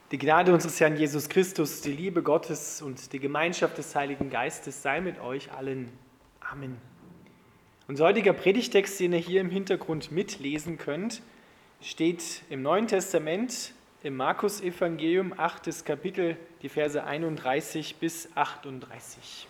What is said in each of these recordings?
Die Gnade unseres Herrn Jesus Christus, die Liebe Gottes und die Gemeinschaft des Heiligen Geistes sei mit euch allen. Amen. Unser heutiger Predigtext, den ihr hier im Hintergrund mitlesen könnt, steht im Neuen Testament, im Markus-Evangelium, 8. Kapitel, die Verse 31 bis 38.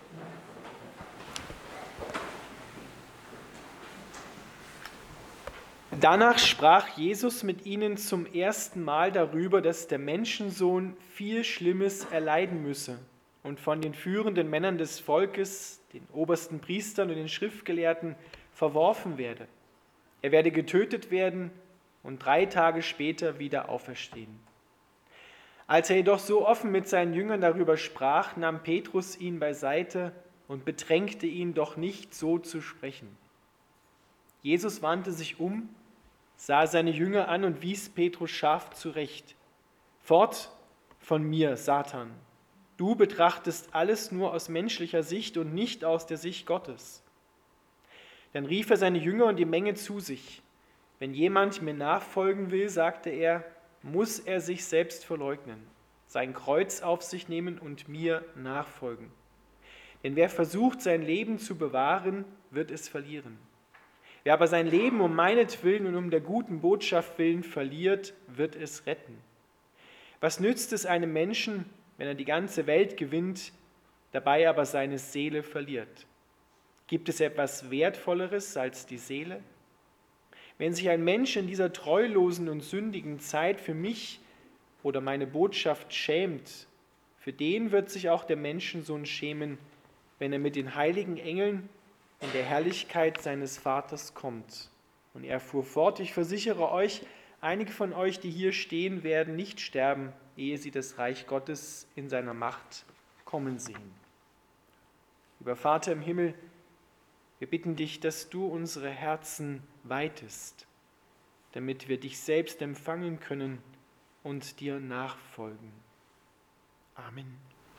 Danach sprach Jesus mit ihnen zum ersten Mal darüber, dass der Menschensohn viel Schlimmes erleiden müsse und von den führenden Männern des Volkes, den obersten Priestern und den Schriftgelehrten, verworfen werde. Er werde getötet werden und 3 Tage später wieder auferstehen. Als er jedoch so offen mit seinen Jüngern darüber sprach, nahm Petrus ihn beiseite und bedrängte ihn, doch nicht so zu sprechen. Jesus wandte sich um, sah seine Jünger an und wies Petrus scharf zurecht. Fort von mir, Satan! Du betrachtest alles nur aus menschlicher Sicht und nicht aus der Sicht Gottes. Dann rief er seine Jünger und die Menge zu sich. Wenn jemand mir nachfolgen will, sagte er, muss er sich selbst verleugnen, sein Kreuz auf sich nehmen und mir nachfolgen. Denn wer versucht, sein Leben zu bewahren, wird es verlieren. Wer aber sein Leben um meinetwillen und um der guten Botschaft willen verliert, wird es retten. Was nützt es einem Menschen, wenn er die ganze Welt gewinnt, dabei aber seine Seele verliert? Gibt es etwas Wertvolleres als die Seele? Wenn sich ein Mensch in dieser treulosen und sündigen Zeit für mich oder meine Botschaft schämt, für den wird sich auch der Menschensohn schämen, wenn er mit den heiligen Engeln in der Herrlichkeit seines Vaters kommt. Und er fuhr fort, ich versichere euch, einige von euch, die hier stehen, werden nicht sterben, ehe sie das Reich Gottes in seiner Macht kommen sehen. Lieber Vater im Himmel, wir bitten dich, dass du unsere Herzen weitest, damit wir dich selbst empfangen können und dir nachfolgen. Amen.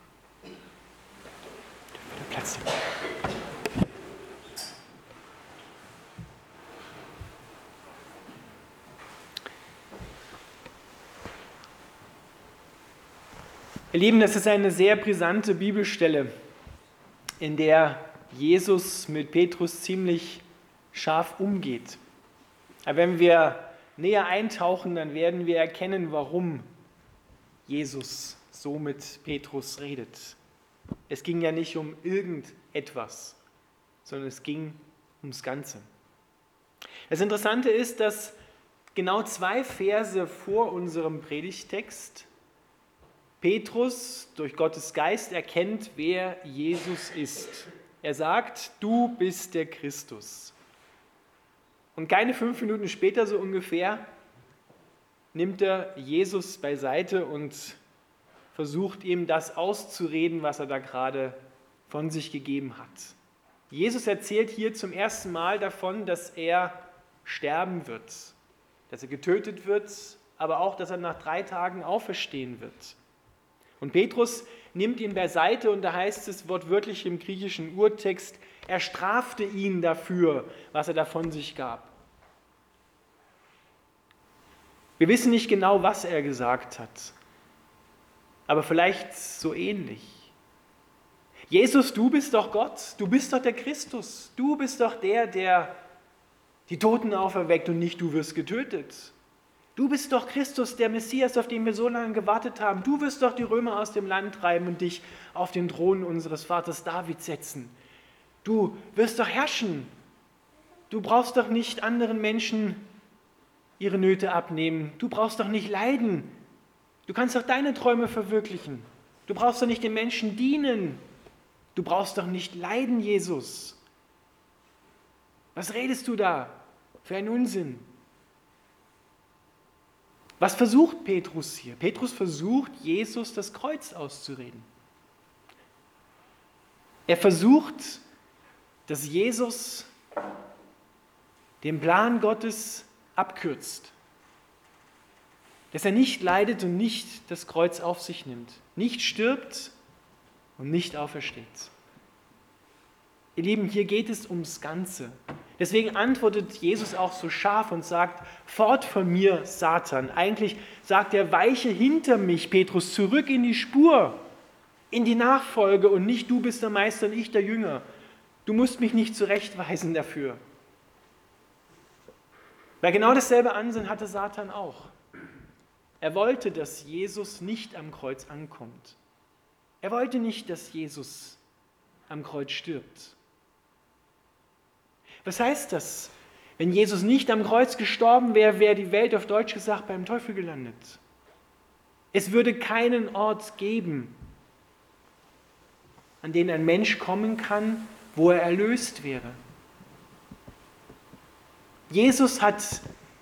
Wieder Platz nehmen. Ihr Lieben, das ist eine sehr brisante Bibelstelle, in der Jesus mit Petrus ziemlich scharf umgeht. Aber wenn wir näher eintauchen, dann werden wir erkennen, warum Jesus so mit Petrus redet. Es ging ja nicht um irgendetwas, sondern es ging ums Ganze. Das Interessante ist, dass genau 2 Verse vor unserem Predigtext Petrus durch Gottes Geist erkennt, wer Jesus ist. Er sagt, du bist der Christus. Und keine 5 Minuten später so ungefähr nimmt er Jesus beiseite und versucht ihm das auszureden, was er da gerade von sich gegeben hat. Jesus erzählt hier zum ersten Mal davon, dass er sterben wird, dass er getötet wird, aber auch, dass er nach 3 Tagen auferstehen wird. Und Petrus nimmt ihn beiseite und da heißt es wortwörtlich im griechischen Urtext, er strafte ihn dafür, was er da von sich gab. Wir wissen nicht genau, was er gesagt hat, aber vielleicht so ähnlich. Jesus, du bist doch Gott, du bist doch der Christus, du bist doch der die Toten auferweckt und nicht du wirst getötet. Du bist doch Christus, der Messias, auf den wir so lange gewartet haben. Du wirst doch die Römer aus dem Land treiben und dich auf den Thron unseres Vaters David setzen. Du wirst doch herrschen. Du brauchst doch nicht anderen Menschen ihre Nöte abnehmen. Du brauchst doch nicht leiden. Du kannst doch deine Träume verwirklichen. Du brauchst doch nicht den Menschen dienen. Du brauchst doch nicht leiden, Jesus. Was redest du da für einen Unsinn? Was versucht Petrus hier? Petrus versucht, Jesus das Kreuz auszureden. Er versucht, dass Jesus den Plan Gottes abkürzt. Dass er nicht leidet und nicht das Kreuz auf sich nimmt. Nicht stirbt und nicht aufersteht. Ihr Lieben, hier geht es ums Ganze. Deswegen antwortet Jesus auch so scharf und sagt, fort von mir, Satan. Eigentlich sagt er, weiche hinter mich, Petrus, zurück in die Spur, in die Nachfolge und nicht du bist der Meister und ich der Jünger. Du musst mich nicht zurechtweisen dafür. Weil genau dasselbe Ansinnen hatte Satan auch. Er wollte, dass Jesus nicht am Kreuz ankommt. Er wollte nicht, dass Jesus am Kreuz stirbt. Was heißt das? Wenn Jesus nicht am Kreuz gestorben wäre, wäre die Welt auf Deutsch gesagt beim Teufel gelandet. Es würde keinen Ort geben, an den ein Mensch kommen kann, wo er erlöst wäre. Jesus hat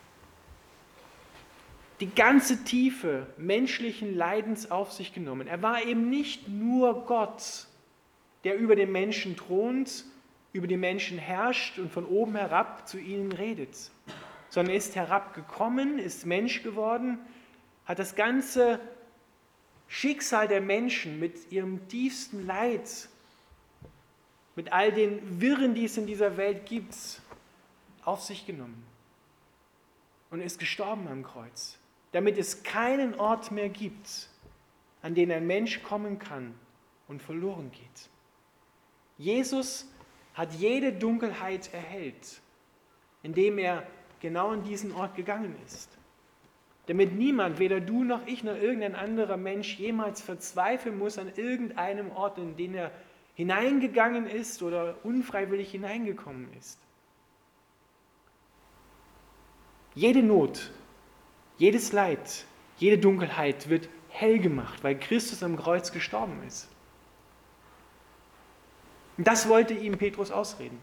die ganze Tiefe menschlichen Leidens auf sich genommen. Er war eben nicht nur Gott, der über den Menschen thront, über die Menschen herrscht und von oben herab zu ihnen redet, sondern er ist herabgekommen, ist Mensch geworden, hat das ganze Schicksal der Menschen mit ihrem tiefsten Leid, mit all den Wirren, die es in dieser Welt gibt, auf sich genommen und ist gestorben am Kreuz, damit es keinen Ort mehr gibt, an den ein Mensch kommen kann und verloren geht. Jesus hat jede Dunkelheit erhellt, indem er genau an diesen Ort gegangen ist. Damit niemand, weder du noch ich noch irgendein anderer Mensch, jemals verzweifeln muss an irgendeinem Ort, in den er hineingegangen ist oder unfreiwillig hineingekommen ist. Jede Not, jedes Leid, jede Dunkelheit wird hell gemacht, weil Christus am Kreuz gestorben ist. Und das wollte ihm Petrus ausreden.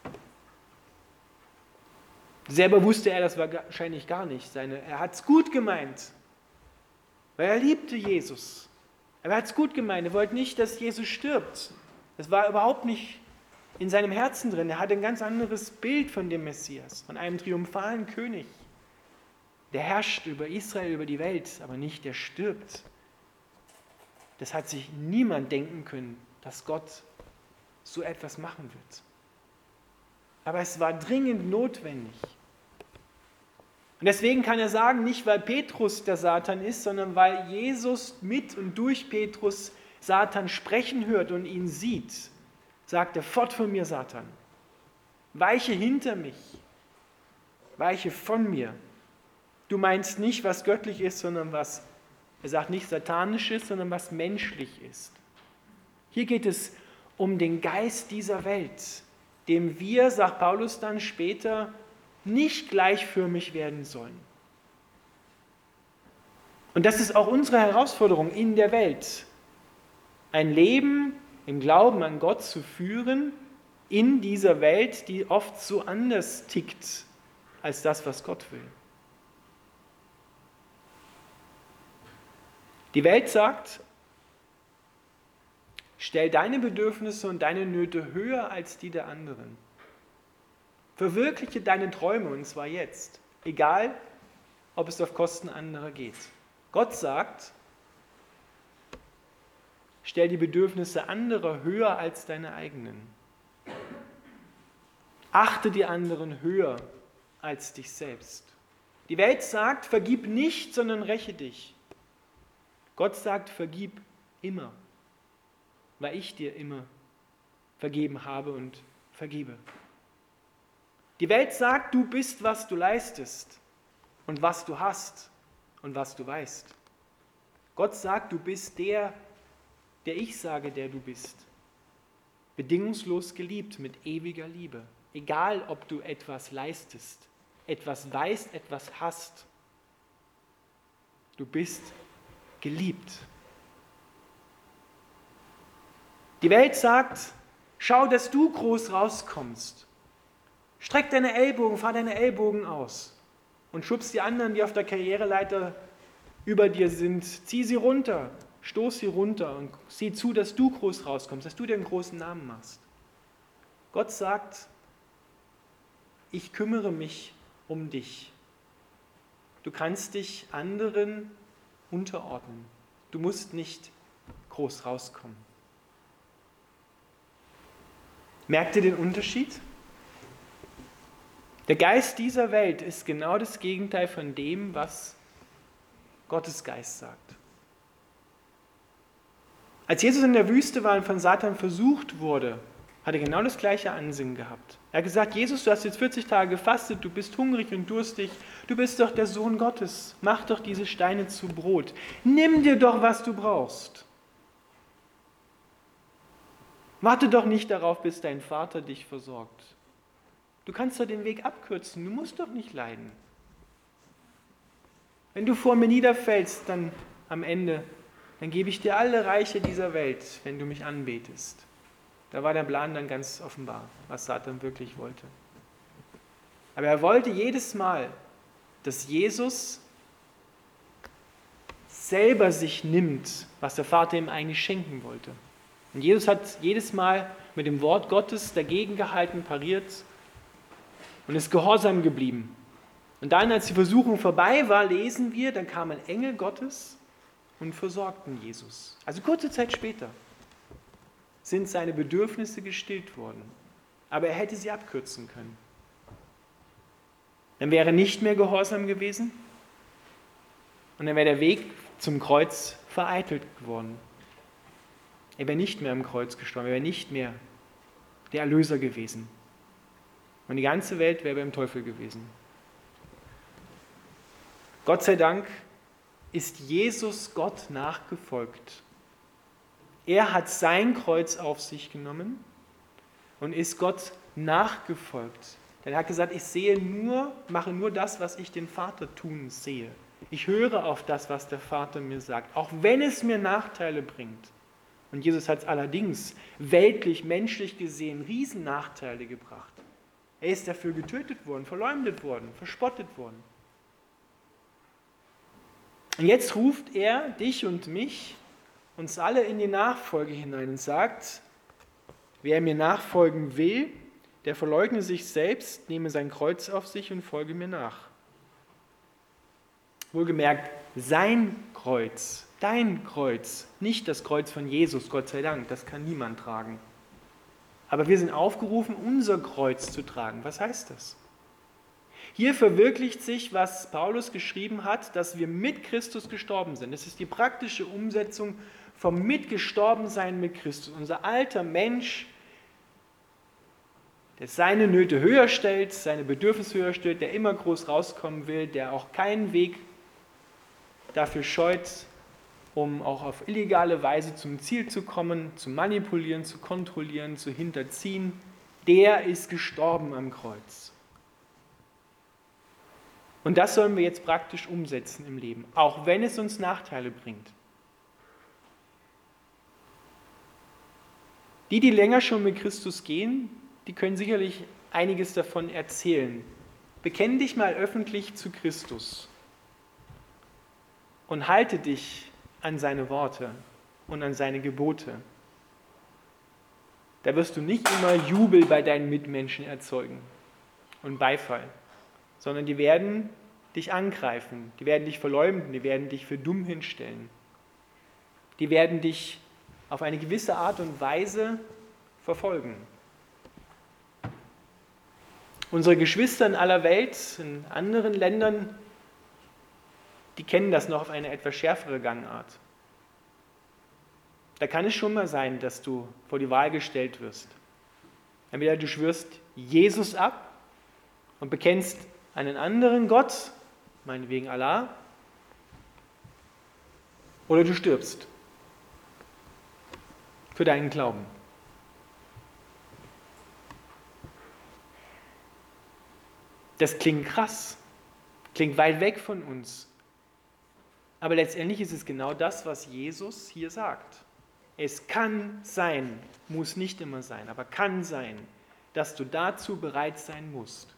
Selber wusste er das wahrscheinlich gar nicht. Er hat es gut gemeint, weil er liebte Jesus. Er hat es gut gemeint. Er wollte nicht, dass Jesus stirbt. Das war überhaupt nicht in seinem Herzen drin. Er hatte ein ganz anderes Bild von dem Messias, von einem triumphalen König. Der herrscht über Israel, über die Welt, aber nicht, der stirbt. Das hat sich niemand denken können, dass Gott so etwas machen wird. Aber es war dringend notwendig. Und deswegen kann er sagen, nicht weil Petrus der Satan ist, sondern weil Jesus mit und durch Petrus Satan sprechen hört und ihn sieht, sagt er, fort von mir, Satan. Weiche hinter mich. Weiche von mir. Du meinst nicht, was göttlich ist, sondern was, er sagt nicht satanisch ist, sondern was menschlich ist. Hier geht es um den Geist dieser Welt, dem wir, sagt Paulus dann später, nicht gleichförmig werden sollen. Und das ist auch unsere Herausforderung in der Welt. Ein Leben im Glauben an Gott zu führen in dieser Welt, die oft so anders tickt als das, was Gott will. Die Welt sagt, stell deine Bedürfnisse und deine Nöte höher als die der anderen. Verwirkliche deine Träume, und zwar jetzt, egal, ob es auf Kosten anderer geht. Gott sagt, stell die Bedürfnisse anderer höher als deine eigenen. Achte die anderen höher als dich selbst. Die Welt sagt, vergib nicht, sondern räche dich. Gott sagt, vergib immer, weil ich dir immer vergeben habe und vergebe. Die Welt sagt, du bist, was du leistest und was du hast und was du weißt. Gott sagt, du bist der ich sage, der du bist. Bedingungslos geliebt mit ewiger Liebe. Egal, ob du etwas leistest, etwas weißt, etwas hast. Du bist geliebt. Die Welt sagt, schau, dass du groß rauskommst. Streck deine Ellbogen, fahr deine Ellbogen aus und schubst die anderen, die auf der Karriereleiter über dir sind, zieh sie runter, stoß sie runter und sieh zu, dass du groß rauskommst, dass du dir einen großen Namen machst. Gott sagt, ich kümmere mich um dich. Du kannst dich anderen unterordnen. Du musst nicht groß rauskommen. Merkt ihr den Unterschied? Der Geist dieser Welt ist genau das Gegenteil von dem, was Gottes Geist sagt. Als Jesus in der Wüste war und von Satan versucht wurde, hat er genau das gleiche Ansinnen gehabt. Er hat gesagt, Jesus, du hast jetzt 40 Tage gefastet, du bist hungrig und durstig, du bist doch der Sohn Gottes, mach doch diese Steine zu Brot. Nimm dir doch, was du brauchst. Warte doch nicht darauf, bis dein Vater dich versorgt. Du kannst doch den Weg abkürzen, du musst doch nicht leiden. Wenn du vor mir niederfällst, dann am Ende, dann gebe ich dir alle Reiche dieser Welt, wenn du mich anbetest. Da war der Plan dann ganz offenbar, was Satan wirklich wollte. Aber er wollte jedes Mal, dass Jesus selber sich nimmt, was der Vater ihm eigentlich schenken wollte. Und Jesus hat jedes Mal mit dem Wort Gottes dagegen gehalten, pariert und ist gehorsam geblieben. Und dann, als die Versuchung vorbei war, lesen wir, dann kamen Engel Gottes und versorgten Jesus. Also kurze Zeit später sind seine Bedürfnisse gestillt worden. Aber er hätte sie abkürzen können. Dann wäre er nicht mehr gehorsam gewesen und dann wäre der Weg zum Kreuz vereitelt geworden. Er wäre nicht mehr am Kreuz gestorben, er wäre nicht mehr der Erlöser gewesen. Und die ganze Welt wäre beim Teufel gewesen. Gott sei Dank ist Jesus Gott nachgefolgt. Er hat sein Kreuz auf sich genommen und ist Gott nachgefolgt. Denn er hat gesagt, mache nur das, was ich den Vater tun sehe. Ich höre auf das, was der Vater mir sagt, auch wenn es mir Nachteile bringt. Und Jesus hat es allerdings weltlich, menschlich gesehen Riesennachteile gebracht. Er ist dafür getötet worden, verleumdet worden, verspottet worden. Und jetzt ruft er dich und mich, uns alle in die Nachfolge hinein und sagt, wer mir nachfolgen will, der verleugne sich selbst, nehme sein Kreuz auf sich und folge mir nach. Wohlgemerkt, sein Kreuz, dein Kreuz, nicht das Kreuz von Jesus, Gott sei Dank, das kann niemand tragen. Aber wir sind aufgerufen, unser Kreuz zu tragen. Was heißt das? Hier verwirklicht sich, was Paulus geschrieben hat, dass wir mit Christus gestorben sind. Das ist die praktische Umsetzung vom Mitgestorbensein mit Christus. Unser alter Mensch, der seine Nöte höher stellt, seine Bedürfnisse höher stellt, der immer groß rauskommen will, der auch keinen Weg dafür scheut, um auch auf illegale Weise zum Ziel zu kommen, zu manipulieren, zu kontrollieren, zu hinterziehen, der ist gestorben am Kreuz. Und das sollen wir jetzt praktisch umsetzen im Leben, auch wenn es uns Nachteile bringt. Die länger schon mit Christus gehen, die können sicherlich einiges davon erzählen. Bekenn dich mal öffentlich zu Christus und halte dich an seine Worte und an seine Gebote. Da wirst du nicht immer Jubel bei deinen Mitmenschen erzeugen und Beifall, sondern die werden dich angreifen, die werden dich verleumden, die werden dich für dumm hinstellen. Die werden dich auf eine gewisse Art und Weise verfolgen. Unsere Geschwister in aller Welt, in anderen Ländern, die kennen das noch auf eine etwas schärfere Gangart. Da kann es schon mal sein, dass du vor die Wahl gestellt wirst. Entweder du schwörst Jesus ab und bekennst einen anderen Gott, meinetwegen Allah, oder du stirbst für deinen Glauben. Das klingt krass, klingt weit weg von uns. Aber letztendlich ist es genau das, was Jesus hier sagt. Es kann sein, muss nicht immer sein, aber kann sein, dass du dazu bereit sein musst.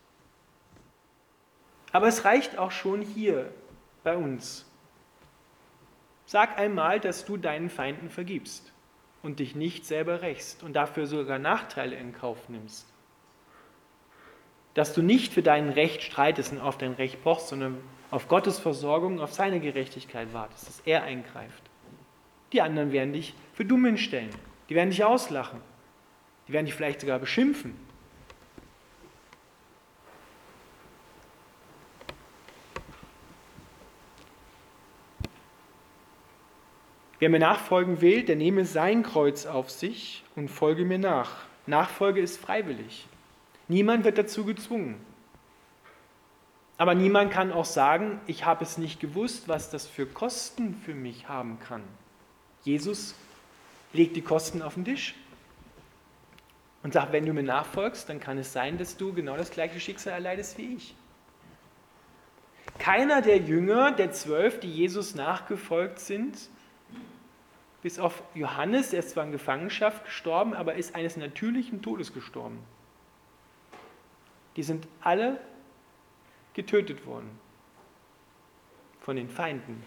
Aber es reicht auch schon hier bei uns. Sag einmal, dass du deinen Feinden vergibst und dich nicht selber rächst und dafür sogar Nachteile in Kauf nimmst. Dass du nicht für dein Recht streitest und auf dein Recht pochst, sondern auf Gottes Versorgung, auf seine Gerechtigkeit wartest, dass er eingreift. Die anderen werden dich für dumm hinstellen. Die werden dich auslachen. Die werden dich vielleicht sogar beschimpfen. Wer mir nachfolgen will, der nehme sein Kreuz auf sich und folge mir nach. Nachfolge ist freiwillig. Niemand wird dazu gezwungen. Aber niemand kann auch sagen, ich habe es nicht gewusst, was das für Kosten für mich haben kann. Jesus legt die Kosten auf den Tisch und sagt, wenn du mir nachfolgst, dann kann es sein, dass du genau das gleiche Schicksal erleidest wie ich. Keiner der Jünger, der 12, die Jesus nachgefolgt sind, bis auf Johannes, er ist zwar in Gefangenschaft gestorben, aber ist eines natürlichen Todes gestorben. Die sind alle getötet worden von den Feinden,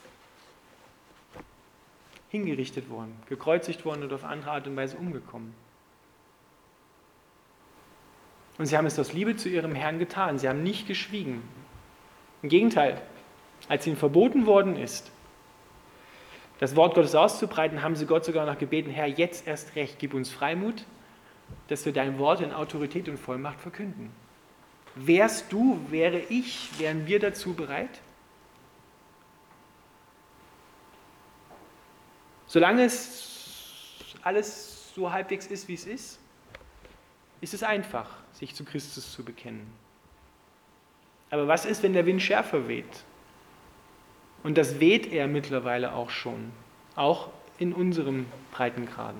hingerichtet worden, gekreuzigt worden und auf andere Art und Weise umgekommen. Und sie haben es aus Liebe zu ihrem Herrn getan, sie haben nicht geschwiegen. Im Gegenteil, als ihnen verboten worden ist, das Wort Gottes auszubreiten, haben sie Gott sogar noch gebeten, Herr, jetzt erst recht, gib uns Freimut, dass wir dein Wort in Autorität und Vollmacht verkünden. Wärst du, wäre ich, wären wir dazu bereit? Solange es alles so halbwegs ist, wie es ist es einfach, sich zu Christus zu bekennen. Aber was ist, wenn der Wind schärfer weht? Und das weht er mittlerweile auch schon, auch in unserem Breitengraden.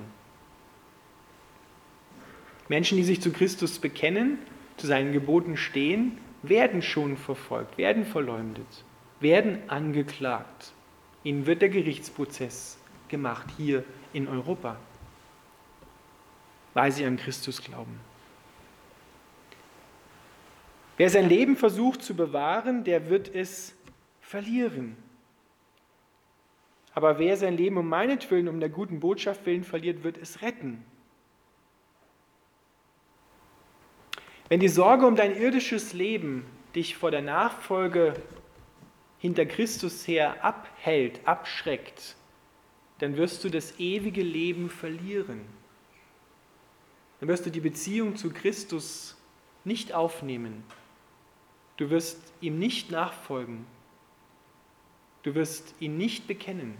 Menschen, die sich zu Christus bekennen, zu seinen Geboten stehen, werden schon verfolgt, werden verleumdet, werden angeklagt. Ihnen wird der Gerichtsprozess gemacht hier in Europa, weil sie an Christus glauben. Wer sein Leben versucht zu bewahren, der wird es verlieren. Aber wer sein Leben um meinetwillen, um der guten Botschaft willen verliert, wird es retten. Wenn die Sorge um dein irdisches Leben dich vor der Nachfolge hinter Christus her abhält, abschreckt, dann wirst du das ewige Leben verlieren. Dann wirst du die Beziehung zu Christus nicht aufnehmen. Du wirst ihm nicht nachfolgen. Du wirst ihn nicht bekennen.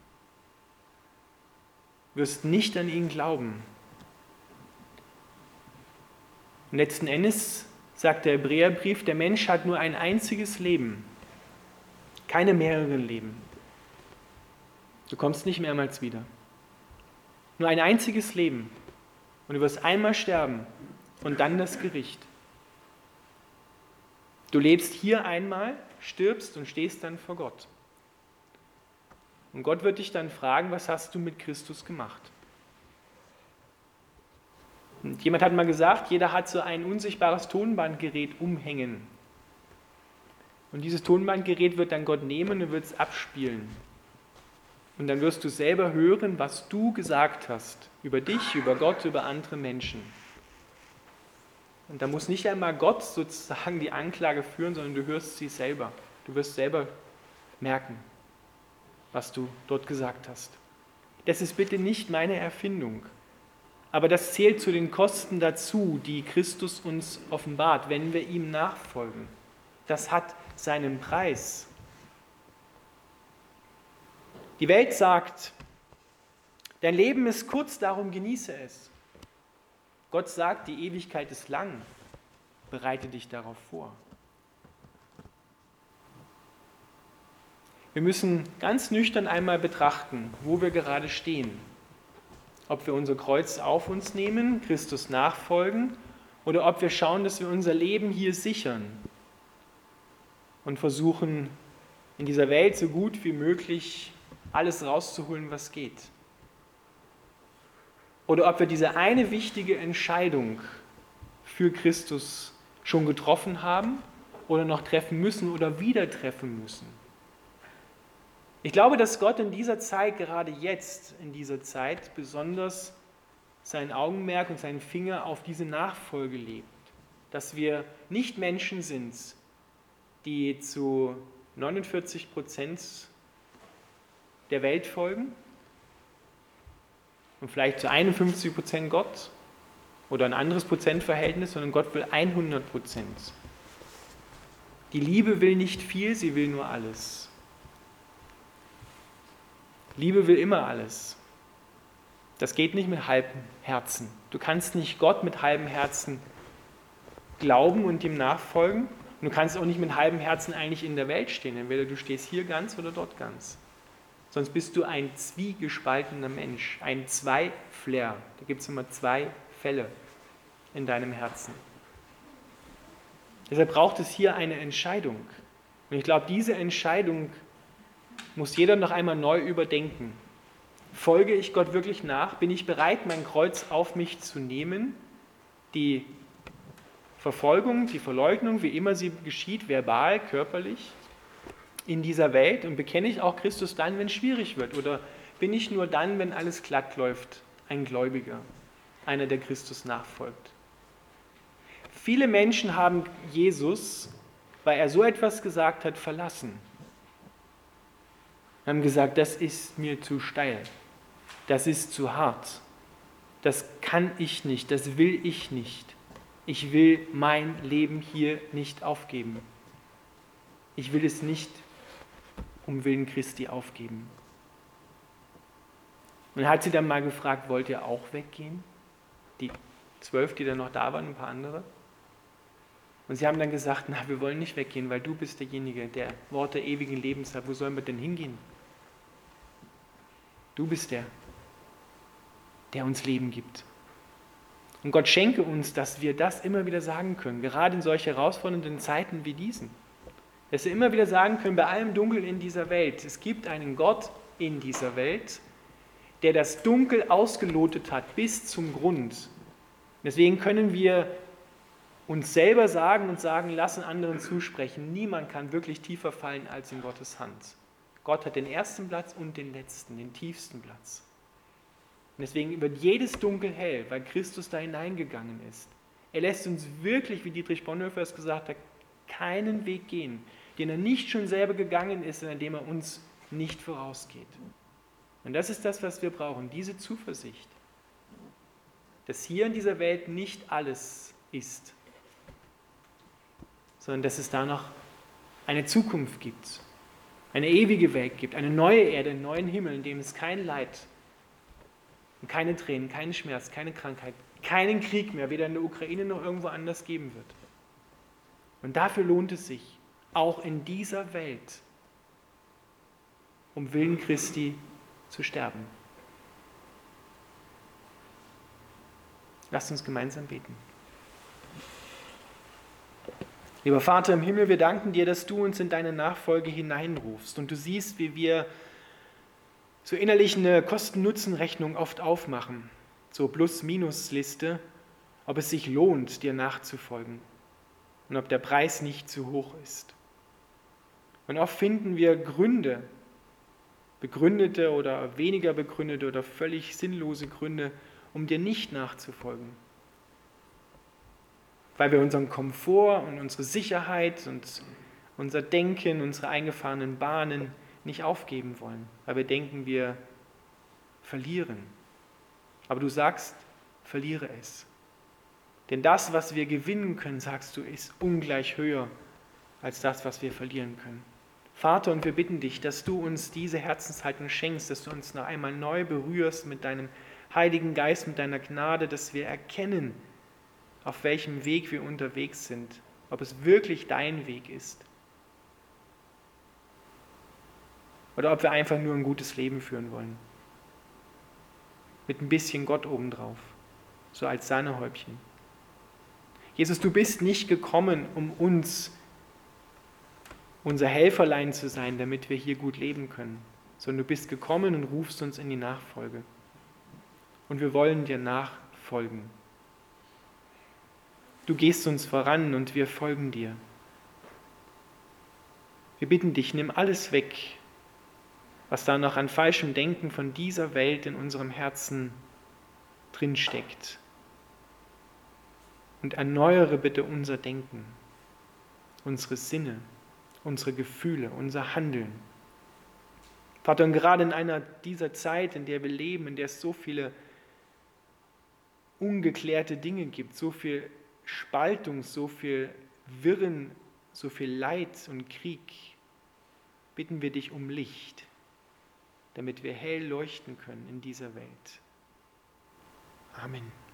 Du wirst nicht an ihn glauben. Und letzten Endes sagt der Hebräerbrief, der Mensch hat nur ein einziges Leben, keine mehreren Leben. Du kommst nicht mehrmals wieder. Nur ein einziges Leben. Und du wirst einmal sterben und dann das Gericht. Du lebst hier einmal, stirbst und stehst dann vor Gott. Und Gott wird dich dann fragen, was hast du mit Christus gemacht? Und jemand hat mal gesagt, jeder hat so ein unsichtbares Tonbandgerät umhängen. Und dieses Tonbandgerät wird dann Gott nehmen und wird es abspielen. Und dann wirst du selber hören, was du gesagt hast. Über dich, über Gott, über andere Menschen. Und da muss nicht einmal Gott sozusagen die Anklage führen, sondern du hörst sie selber. Du wirst selber merken, was du dort gesagt hast. Das ist bitte nicht meine Erfindung. Aber das zählt zu den Kosten dazu, die Christus uns offenbart, wenn wir ihm nachfolgen. Das hat seinen Preis. Die Welt sagt, dein Leben ist kurz, darum genieße es. Gott sagt, die Ewigkeit ist lang, bereite dich darauf vor. Wir müssen ganz nüchtern einmal betrachten, wo wir gerade stehen. Ob wir unser Kreuz auf uns nehmen, Christus nachfolgen, oder ob wir schauen, dass wir unser Leben hier sichern und versuchen, in dieser Welt so gut wie möglich alles rauszuholen, was geht. Oder ob wir diese eine wichtige Entscheidung für Christus schon getroffen haben oder noch treffen müssen oder wieder treffen müssen. Ich glaube, dass Gott in dieser Zeit, gerade jetzt in dieser Zeit, besonders sein Augenmerk und seinen Finger auf diese Nachfolge legt. Dass wir nicht Menschen sind, die zu 49% der Welt folgen und vielleicht zu 51% Gott oder ein anderes Prozentverhältnis, sondern Gott will 100%. Die Liebe will nicht viel, sie will nur alles. Liebe will immer alles. Das geht nicht mit halbem Herzen. Du kannst nicht Gott mit halbem Herzen glauben und ihm nachfolgen. Und du kannst auch nicht mit halbem Herzen eigentlich in der Welt stehen. Entweder du stehst hier ganz oder dort ganz. Sonst bist du ein zwiegespaltener Mensch, ein Zweifler. Da gibt es immer zwei Fälle in deinem Herzen. Deshalb braucht es hier eine Entscheidung. Und ich glaube, diese Entscheidung muss jeder noch einmal neu überdenken. Folge ich Gott wirklich nach? Bin ich bereit, mein Kreuz auf mich zu nehmen? Die Verfolgung, die Verleugnung, wie immer sie geschieht, verbal, körperlich, in dieser Welt? Und bekenne ich auch Christus dann, wenn es schwierig wird? Oder bin ich nur dann, wenn alles glatt läuft, ein Gläubiger, einer, der Christus nachfolgt? Viele Menschen haben Jesus, weil er so etwas gesagt hat, verlassen. Haben gesagt, das ist mir zu steil, das ist zu hart, das kann ich nicht, das will ich nicht. Ich will mein Leben hier nicht aufgeben. Ich will es nicht um Willen Christi aufgeben. Und er hat sie dann mal gefragt, wollt ihr auch weggehen? Die 12, die dann noch da waren, ein paar andere. Und sie haben dann gesagt, na, wir wollen nicht weggehen, weil du bist derjenige, der Worte ewigen Lebens hat. Wo sollen wir denn hingehen? Du bist der uns Leben gibt. Und Gott schenke uns, dass wir das immer wieder sagen können, gerade in solch herausfordernden Zeiten wie diesen. Dass wir immer wieder sagen können, bei allem Dunkel in dieser Welt, es gibt einen Gott in dieser Welt, der das Dunkel ausgelotet hat bis zum Grund. Deswegen können wir uns selber sagen und sagen lassen, anderen zusprechen, niemand kann wirklich tiefer fallen als in Gottes Hand. Gott hat den ersten Platz und den letzten, den tiefsten Platz. Und deswegen wird jedes Dunkel hell, weil Christus da hineingegangen ist. Er lässt uns wirklich, wie Dietrich Bonhoeffer es gesagt hat, keinen Weg gehen, den er nicht schon selber gegangen ist, in dem er uns nicht vorausgeht. Und das ist das, was wir brauchen, diese Zuversicht, dass hier in dieser Welt nicht alles ist, sondern dass es da noch eine Zukunft gibt, eine ewige Welt gibt, eine neue Erde, einen neuen Himmel, in dem es kein Leid und keine Tränen, keinen Schmerz, keine Krankheit, keinen Krieg mehr, weder in der Ukraine noch irgendwo anders geben wird. Und dafür lohnt es sich, auch in dieser Welt, um Willen Christi zu sterben. Lasst uns gemeinsam beten. Lieber Vater im Himmel, wir danken dir, dass du uns in deine Nachfolge hineinrufst und du siehst, wie wir so innerlich eine Kosten-Nutzen-Rechnung oft aufmachen, so Plus-Minus-Liste, ob es sich lohnt, dir nachzufolgen und ob der Preis nicht zu hoch ist. Und oft finden wir Gründe, begründete oder weniger begründete oder völlig sinnlose Gründe, um dir nicht nachzufolgen. Weil wir unseren Komfort und unsere Sicherheit und unser Denken, unsere eingefahrenen Bahnen nicht aufgeben wollen. Weil wir denken, wir verlieren. Aber du sagst, verliere es. Denn das, was wir gewinnen können, sagst du, ist ungleich höher als das, was wir verlieren können. Vater, und wir bitten dich, dass du uns diese Herzenshaltung schenkst, dass du uns noch einmal neu berührst mit deinem Heiligen Geist, mit deiner Gnade, dass wir erkennen, auf welchem Weg wir unterwegs sind, ob es wirklich dein Weg ist oder ob wir einfach nur ein gutes Leben führen wollen. Mit ein bisschen Gott obendrauf, so als Sahnehäubchen. Jesus, du bist nicht gekommen, um uns unser Helferlein zu sein, damit wir hier gut leben können, sondern du bist gekommen und rufst uns in die Nachfolge. Und wir wollen dir nachfolgen. Du gehst uns voran und wir folgen dir. Wir bitten dich, nimm alles weg, was da noch an falschem Denken von dieser Welt in unserem Herzen drinsteckt. Und erneuere bitte unser Denken, unsere Sinne, unsere Gefühle, unser Handeln. Vater, und gerade in einer dieser Zeit, in der wir leben, in der es so viele ungeklärte Dinge gibt, so viel Spaltung, so viel Wirren, so viel Leid und Krieg, bitten wir dich um Licht. damit wir hell leuchten können in dieser Welt. Amen.